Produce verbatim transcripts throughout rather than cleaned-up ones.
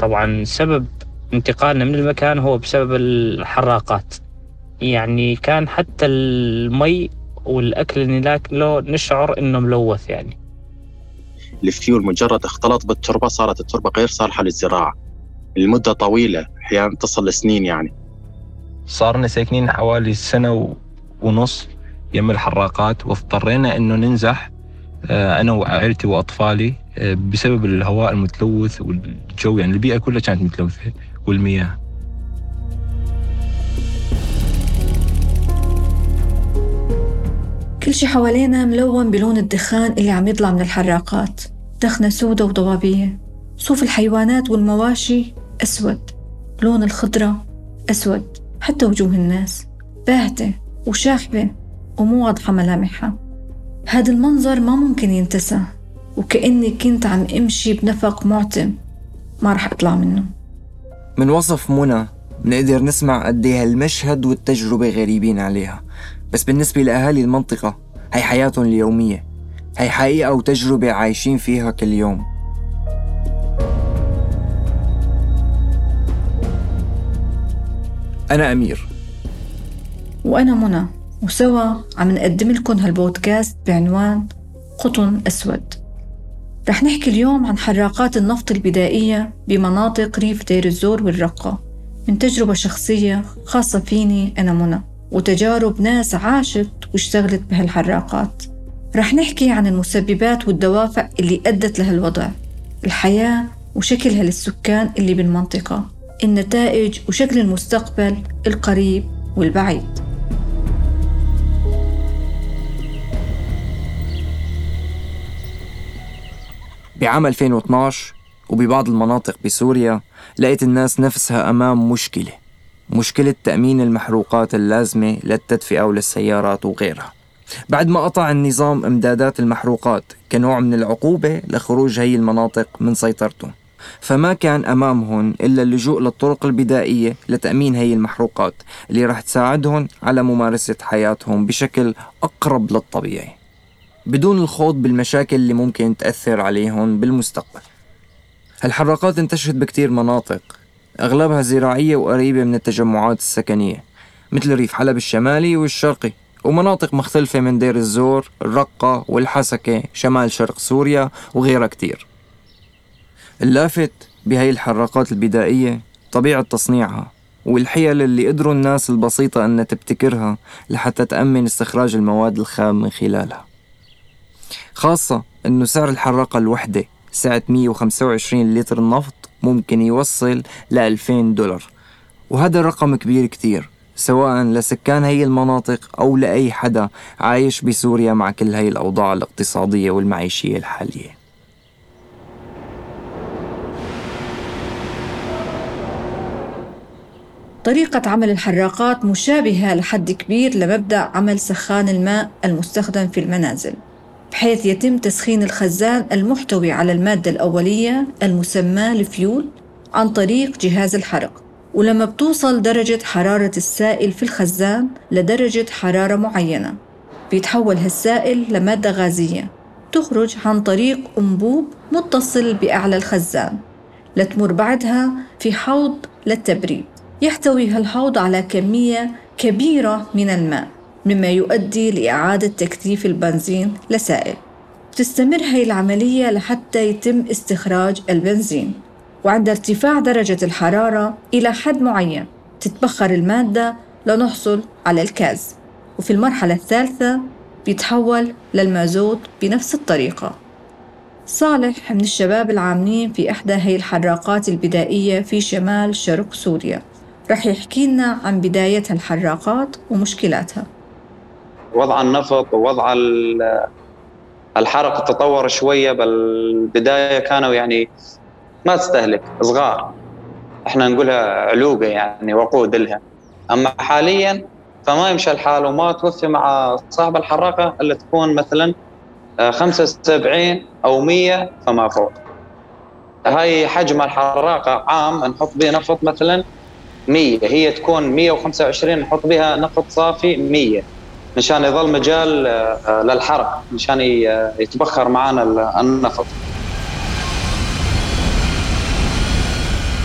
طبعا سبب انتقالنا من المكان هو بسبب الحراقات. يعني كان حتى المي والأكل اللي ناكله نشعر إنه ملوث. يعني الفيول مجرد اختلط بالتربة صارت التربة غير صالحة للزراعة لمدة طويلة، أحيانا تصل لسنين. يعني صارنا ساكنين حوالي سنة و- ونص يم الحراقات، واضطرينا إنه ننزح آه، أنا وعائلتي وأطفالي آه، بسبب الهواء المتلوث والجو. يعني البيئة كلها كانت متلوثة والمياه. كل شي حوالينا ملون بلون الدخان اللي عم يطلع من الحراقات، دخنة سودة وضبابية. صوف الحيوانات والمواشي أسود، لون الخضرة أسود، حتى وجوه الناس باهتة وشاحبة ومو واضحة ملامحها. هذا المنظر ما ممكن ينتسى، وكأني كنت عم امشي بنفق معتم ما رح اطلع منه. من وصف منى منقدر نسمع قد ايه هالمشهد والتجربة غريبين عليها، بس بالنسبة لأهالي المنطقة هي حياتهم اليومية، هي حقيقة وتجربة عايشين فيها كل يوم. أنا أمير وأنا منى، وسوا عم نقدم لكم هالبودكاست بعنوان قطن أسود. رح نحكي اليوم عن حراقات النفط البدائية بمناطق ريف دير الزور والرقة، من تجربة شخصية خاصة فيني أنا منى، وتجارب ناس عاشت واشتغلت بهالحراقات. رح نحكي عن المسببات والدوافع اللي أدت لهالوضع، الحياة وشكلها للسكان اللي بالمنطقة، النتائج وشكل المستقبل القريب والبعيد. بعام ألفين واثناشر وببعض المناطق بسوريا لقيت الناس نفسها أمام مشكلة مشكلة تأمين المحروقات اللازمة للتدفئة وللسيارات وغيرها، بعد ما قطع النظام إمدادات المحروقات كنوع من العقوبة لخروج هي المناطق من سيطرتهم. فما كان أمامهم إلا اللجوء للطرق البدائية لتأمين هي المحروقات اللي رح تساعدهم على ممارسة حياتهم بشكل أقرب للطبيعي بدون الخوض بالمشاكل اللي ممكن تأثر عليهم بالمستقبل. هالحراقات انتشرت بكتير مناطق أغلبها زراعية وقريبة من التجمعات السكنية، مثل ريف حلب الشمالي والشرقي، ومناطق مختلفة من دير الزور، الرقة والحسكة، شمال شرق سوريا وغيرها كتير. اللافت بهاي الحراقات البدائية طبيعة تصنيعها والحيل اللي قدروا الناس البسيطة أن تبتكرها لحتى تأمن استخراج المواد الخام من خلالها، خاصة أنه سعر الحراقة الوحدة سعة مية وخمسة وعشرين لتر النفط ممكن يوصل ل ألفين دولار، وهذا الرقم كبير كتير سواء لسكان هاي المناطق أو لأي حدا عايش بسوريا مع كل هاي الأوضاع الاقتصادية والمعيشية الحالية. طريقة عمل الحراقات مشابهة لحد كبير لمبدأ عمل سخان الماء المستخدم في المنازل، بحيث يتم تسخين الخزان المحتوي على المادة الأولية المسمى الفيول عن طريق جهاز الحرق. ولما بتوصل درجة حرارة السائل في الخزان لدرجة حرارة معينة، بيتحول هالسائل لمادة غازية تخرج عن طريق أنبوب متصل بأعلى الخزان لتمر بعدها في حوض للتبريد. يحتوي هالحوض على كمية كبيرة من الماء، مما يؤدي لإعادة تكثيف البنزين لسائل. تستمر هاي العملية لحتى يتم استخراج البنزين، وعند ارتفاع درجة الحرارة إلى حد معين تتبخر المادة لنحصل على الكاز، وفي المرحلة الثالثة بيتحول للمازوت بنفس الطريقة. صالح من الشباب العاملين في إحدى هاي الحراقات البدائية في شمال شرق سوريا رح يحكي لنا عن بداية الحراقات ومشكلاتها. وضع النفط ووضع الحرق تطور شوية، بالبداية كانوا يعني ما تستهلك صغار، احنا نقولها علوقة يعني وقود لها. أما حاليا فما يمشي الحال وما توفي مع صاحب الحراقة اللي تكون مثلا خمسة وسبعين أو مية فما فوق. هاي حجم الحراقة عام نحط بها نفط مثلا مية، هي تكون مية وخمسة وعشرين نحط بها نفط صافي مية مشان يظل مجال للحرق، مشان يتبخر معنا النفط.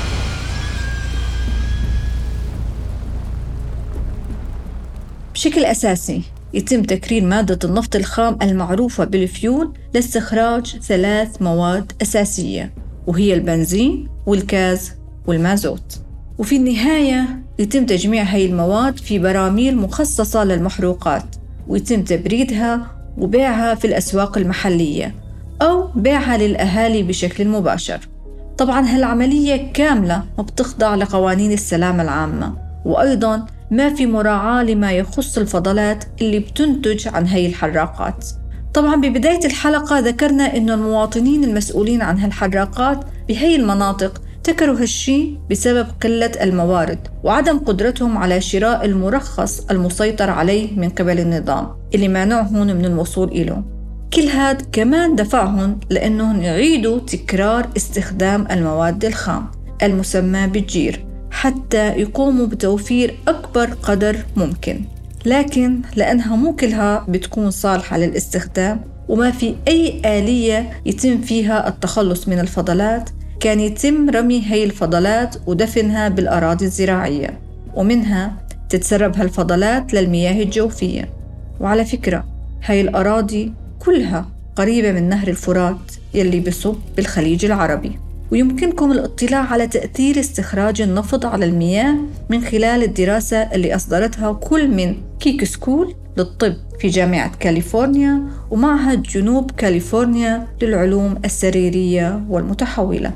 بشكل أساسي يتم تكرير مادة النفط الخام المعروفة بالفيول لاستخراج ثلاث مواد أساسية، وهي البنزين والغاز والمازوت. وفي النهاية يتم تجميع هاي المواد في براميل مخصصة للمحروقات، ويتم تبريدها وبيعها في الأسواق المحلية أو بيعها للأهالي بشكل مباشر. طبعاً هالعملية كاملة ما بتخضع لقوانين السلامة العامة، وأيضاً ما في مراعاة لما يخص الفضلات اللي بتنتج عن هاي الحراقات. طبعاً ببداية الحلقة ذكرنا إنه المواطنين المسؤولين عن هالحراقات بهاي المناطق ابتكروا هالشي بسبب قلة الموارد وعدم قدرتهم على شراء المرخص المسيطر عليه من قبل النظام اللي مانعهم من الوصول إله. كل هاد كمان دفعهم لأنهم يعيدوا تكرار استخدام المواد الخام المسمى بالجير حتى يقوموا بتوفير أكبر قدر ممكن، لكن لأنها مو كلها بتكون صالحة للاستخدام وما في أي آلية يتم فيها التخلص من الفضلات، كان يتم رمي هاي الفضلات ودفنها بالأراضي الزراعية، ومنها تتسرب هالفضلات للمياه الجوفية. وعلى فكرة هاي الأراضي كلها قريبة من نهر الفرات يلي بصب بالخليج العربي. ويمكنكم الاطلاع على تأثير استخراج النفط على المياه من خلال الدراسة اللي أصدرتها كل من كيك سكول للطب في جامعة كاليفورنيا ومعهد جنوب كاليفورنيا للعلوم السريرية والمتحولة.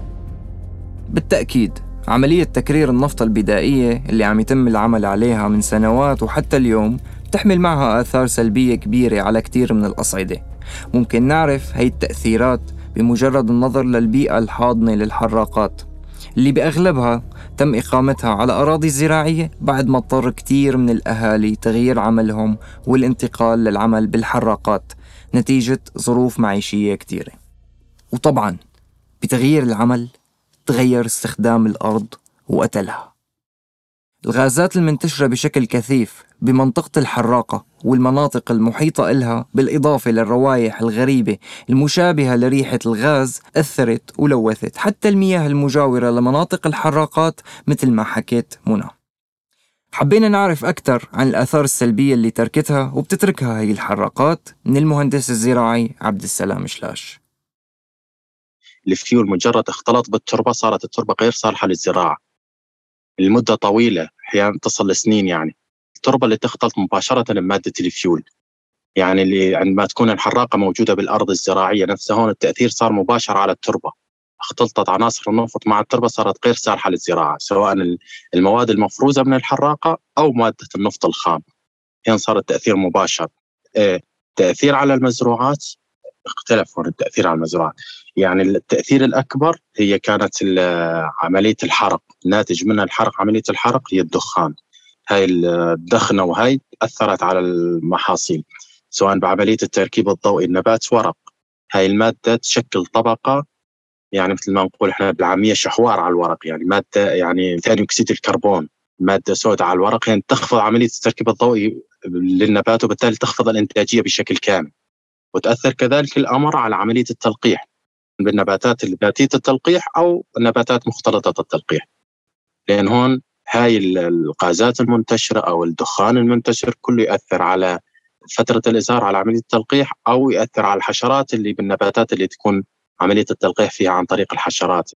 بالتأكيد عملية تكرير النفط البدائية اللي عم يتم العمل عليها من سنوات وحتى اليوم تحمل معها آثار سلبية كبيرة على كتير من الأصعدة. ممكن نعرف هاي التأثيرات بمجرد النظر للبيئة الحاضنة للحراقات اللي بأغلبها تم إقامتها على أراضي زراعية بعد ما اضطر كتير من الأهالي تغيير عملهم والانتقال للعمل بالحراقات نتيجة ظروف معيشية كتيرة. وطبعاً بتغيير العمل تغير استخدام الأرض وقتلها. الغازات المنتشرة بشكل كثيف بمنطقة الحراقة والمناطق المحيطة إلها بالإضافة للروائح الغريبة المشابهة لريحة الغاز أثرت ولوثت حتى المياه المجاورة لمناطق الحراقات مثل ما حكيت منى. حبينا نعرف أكثر عن الآثار السلبية اللي تركتها وبتتركها هي الحراقات من المهندس الزراعي عبد السلام شلاش. الفيول مجرد اختلط بالتربة صارت التربة غير صالحة للزراعة لمدة طويلة، أحيانا تصل لسنين. يعني التربة اللي تختلط مباشرة بمادة الفيول، يعني اللي عندما تكون الحراقة موجودة بالأرض الزراعية نفسها، هون التأثير صار مباشر على التربة. اختلطت عناصر النفط مع التربة صارت غير صالحة للزراعة، سواء المواد المفروزة من الحراقة أو مادة النفط الخام، يعني صار التأثير مباشر. اه تأثير على المزروعات اختلف. هون التأثير على المزروعات يعني التأثير الأكبر هي كانت عملية الحرق، ناتج منها الحرق. عملية الحرق هي الدخان، هاي الدخنة وهاي أثرت على المحاصيل، سواء بعملية التركيب الضوئي. النبات ورق، هاي المادة تشكل طبقة، يعني مثل ما نقول احنا بالعامية شحوار على الورق، يعني مادة يعني ثاني أكسيد الكربون، مادة سوداء على الورق، يعني تخفض عملية التركيب الضوئي للنبات وبالتالي تخفض الإنتاجية بشكل كامل. وتأثر كذلك الأمر على عملية التلقيح بالنباتات ذاتية التلقيح أو النباتات مختلطة التلقيح، لأن هون هاي الغازات المنتشرة أو الدخان المنتشر كله يأثر على فترة الإزهار على عملية التلقيح، أو يأثر على الحشرات اللي بالنباتات اللي تكون عملية التلقيح فيها عن طريق الحشرات.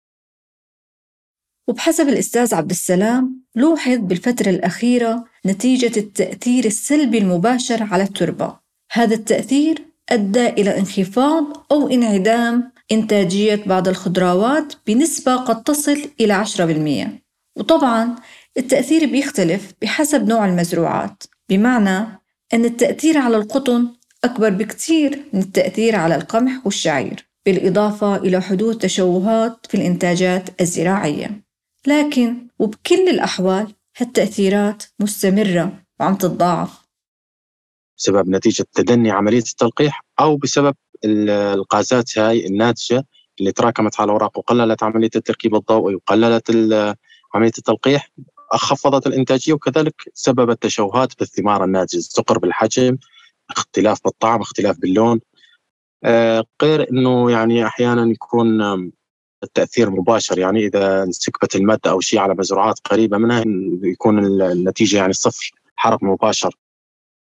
وبحسب الأستاذ عبد السلام لوحظ بالفترة الأخيرة نتيجة التأثير السلبي المباشر على التربة. هذا التأثير أدى إلى انخفاض أو انعدام إنتاجية بعض الخضروات بنسبة قد تصل إلى عشرة بالمئة. وطبعاً التأثير بيختلف بحسب نوع المزروعات، بمعنى أن التأثير على القطن أكبر بكتير من التأثير على القمح والشعير، بالإضافة إلى حدوث تشوهات في الإنتاجات الزراعية. لكن وبكل الأحوال هالتأثيرات مستمرة وعم تتضاعف بسبب نتيجة تدني عملية التلقيح أو بسبب الغازات هاي الناتجة اللي تراكمت على الأوراق وقللت عملية التركيب الضوئي وقللت عملية التلقيح، خفضت الإنتاجية وكذلك سببت تشوهات بالثمار الناتجة، صقر بالحجم، اختلاف بالطعم، اختلاف باللون. آه غير أنه يعني أحيانا يكون التأثير مباشر، يعني إذا انسكبت المادة أو شيء على مزروعات قريبة منها يكون النتيجة يعني صفر، حرق مباشر.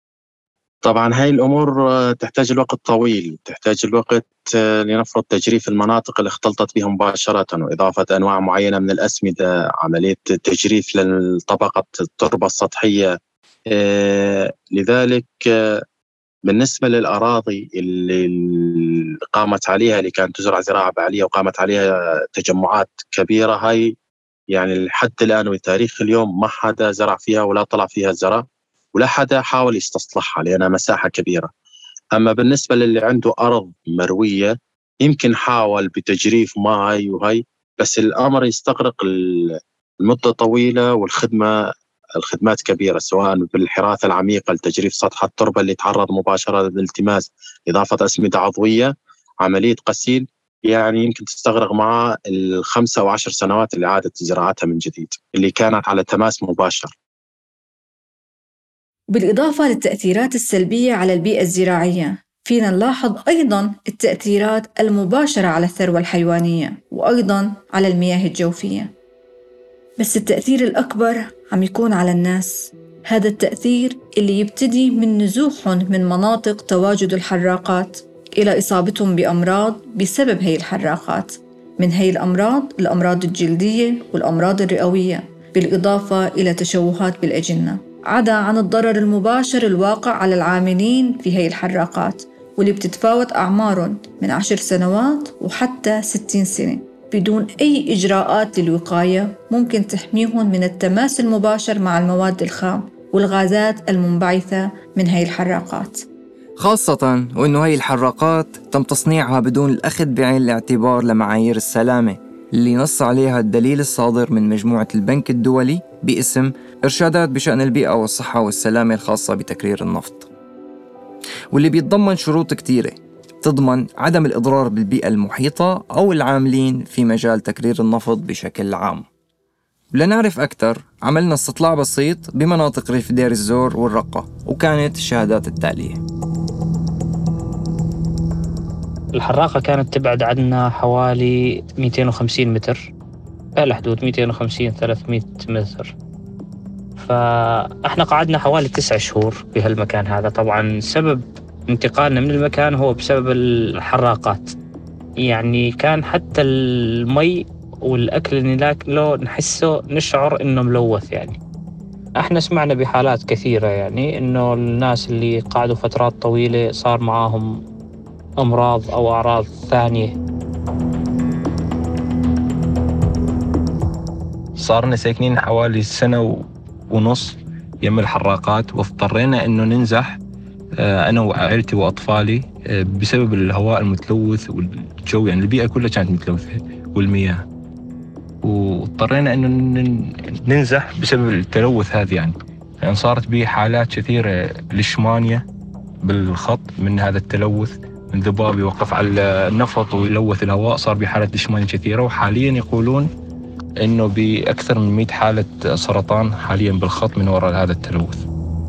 طبعا هاي الأمور تحتاج الوقت طويل، تحتاج الوقت لنفرض تجريف المناطق اللي اختلطت بها مباشرة وإضافة أنواع معينة من الأسمدة، عملية تجريف لطبقة التربة السطحية. لذلك بالنسبة للأراضي اللي قامت عليها اللي كانت تزرع زراعة بعلية وقامت عليها تجمعات كبيرة، هاي يعني لحد الآن وتاريخ اليوم ما حدا زرع فيها ولا طلع فيها زرع ولا حدا حاول يستصلحها لأنها مساحة كبيرة. أما بالنسبة للي عنده أرض مروية يمكن حاول بتجريف ماء وهي، بس الأمر يستغرق المدة طويلة والخدمة الخدمات كبيرة، سواء بالحراثة العميقة لتجريف سطح التربة اللي تعرض مباشرة للالتماس، إضافة أسمدة عضوية، عملية غسيل، يعني يمكن تستغرق معها الخمسة أو عشر سنوات اللي عادت زراعتها من جديد اللي كانت على تماس مباشر. بالإضافة للتأثيرات السلبية على البيئة الزراعية، فينا نلاحظ أيضاً التأثيرات المباشرة على الثروة الحيوانية وأيضاً على المياه الجوفية. بس التأثير الأكبر عم يكون على الناس، هذا التأثير اللي يبتدي من نزوحهم من مناطق تواجد الحراقات إلى إصابتهم بأمراض بسبب هي الحراقات، من هي الأمراض الأمراض الجلدية والأمراض الرئوية، بالإضافة إلى تشوهات بالأجنة، عدا عن الضرر المباشر الواقع على العاملين في هي الحراقات واللي بتتفاوت أعمارهم من عشر سنوات وحتى ستين سنة بدون أي إجراءات للوقاية ممكن تحميهم من التماس المباشر مع المواد الخام والغازات المنبعثة من هي الحراقات. خاصة وإنه هي الحراقات تم تصنيعها بدون الأخذ بعين الاعتبار لمعايير السلامة اللي نص عليها الدليل الصادر من مجموعة البنك الدولي باسم إرشادات بشأن البيئة والصحة والسلامة الخاصة بتكرير النفط، واللي بيتضمن شروط كتيرة تضمن عدم الإضرار بالبيئة المحيطة أو العاملين في مجال تكرير النفط بشكل عام. لنعرف أكثر عملنا استطلاع بسيط بمناطق ريف دير الزور والرقة، وكانت الشهادات التالية. الحراقة كانت تبعد عنا حوالي مئتين وخمسين متر، الحدود مئتين وخمسين ثلاثمئة متر. فإحنا قعدنا حوالي تسع شهور بهالمكان هذا. طبعا سبب انتقالنا من المكان هو بسبب الحراقات، يعني كان حتى المي والأكل اللي ناكله نحسه نشعر إنه ملوث. يعني احنا سمعنا بحالات كثيرة يعني إنه الناس اللي قعدوا فترات طويلة صار معاهم أمراض أو أعراض ثانية. صارنا ساكنين حوالي سنة ونص يم الحراقات، واضطرينا إنه ننزح أنا وعائلتي وأطفالي بسبب الهواء المتلوث والجو، يعني البيئة كلها كانت متلوثة والمياه، واضطرينا إنه ننزح بسبب التلوث هذا. يعني يعني صارت به حالات كثيرة للشمانية بالخط من هذا التلوث، من ذباب يوقف على النفط ويلوث الهواء، صار بحالة لشمانية كثيرة. وحاليا يقولون إنه بأكثر من مئة حالة سرطان حاليا بالخط من وراء هذا التلوث.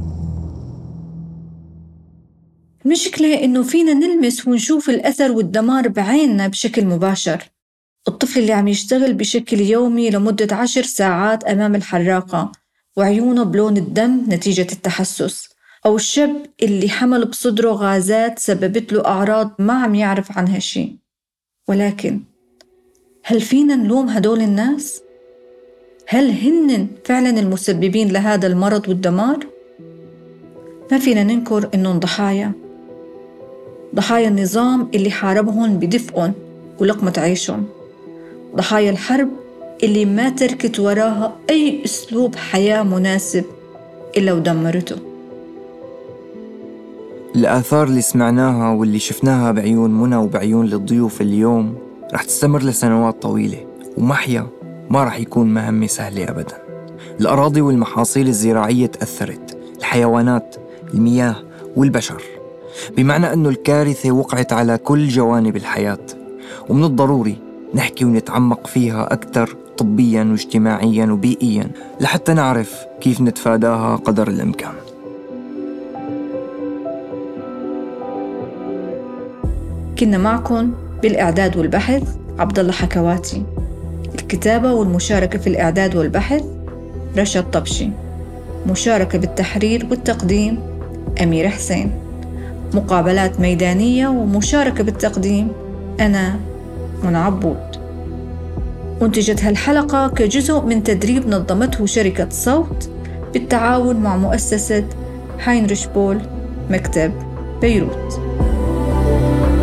المشكلة إنه فينا نلمس ونشوف الأثر والدمار بعيننا بشكل مباشر. الطفل اللي عم يشتغل بشكل يومي لمدة عشر ساعات أمام الحراقة وعيونه بلون الدم نتيجة التحسس، أو الشاب اللي حمل بصدره غازات سببت له أعراض ما عم يعرف عنها شيء. ولكن هل فينا نلوم هدول الناس؟ هل هن فعلا المسببين لهذا المرض والدمار؟ ما فينا ننكر إنهم ضحايا، ضحايا النظام اللي حاربهم بدفئهم ولقمة عيشهم، ضحايا الحرب اللي ما تركت وراها أي أسلوب حياة مناسب إلا ودمرته. الآثار اللي سمعناها واللي شفناها بعيون منى وبعيون الضيوف اليوم رح تستمر لسنوات طويلة، ومحيا ما رح يكون مهمة سهلة أبداً. الأراضي والمحاصيل الزراعية تأثرت، الحيوانات، المياه والبشر، بمعنى أنه الكارثة وقعت على كل جوانب الحياة، ومن الضروري نحكي ونتعمق فيها أكثر طبياً واجتماعياً وبيئياً لحتى نعرف كيف نتفاداها قدر الإمكان. كنا معكم بالإعداد والبحث عبد الله حكواتي، الكتابة والمشاركة في الإعداد والبحث رشا الطبشي، مشاركة بالتحرير والتقديم أمير حسين. مقابلات ميدانية ومشاركة بالتقديم. أنا منى عبود. أنتجت هالحلقة كجزء من تدريب نظمته شركة صوت بالتعاون مع مؤسسة هاينريش بول مكتب بيروت.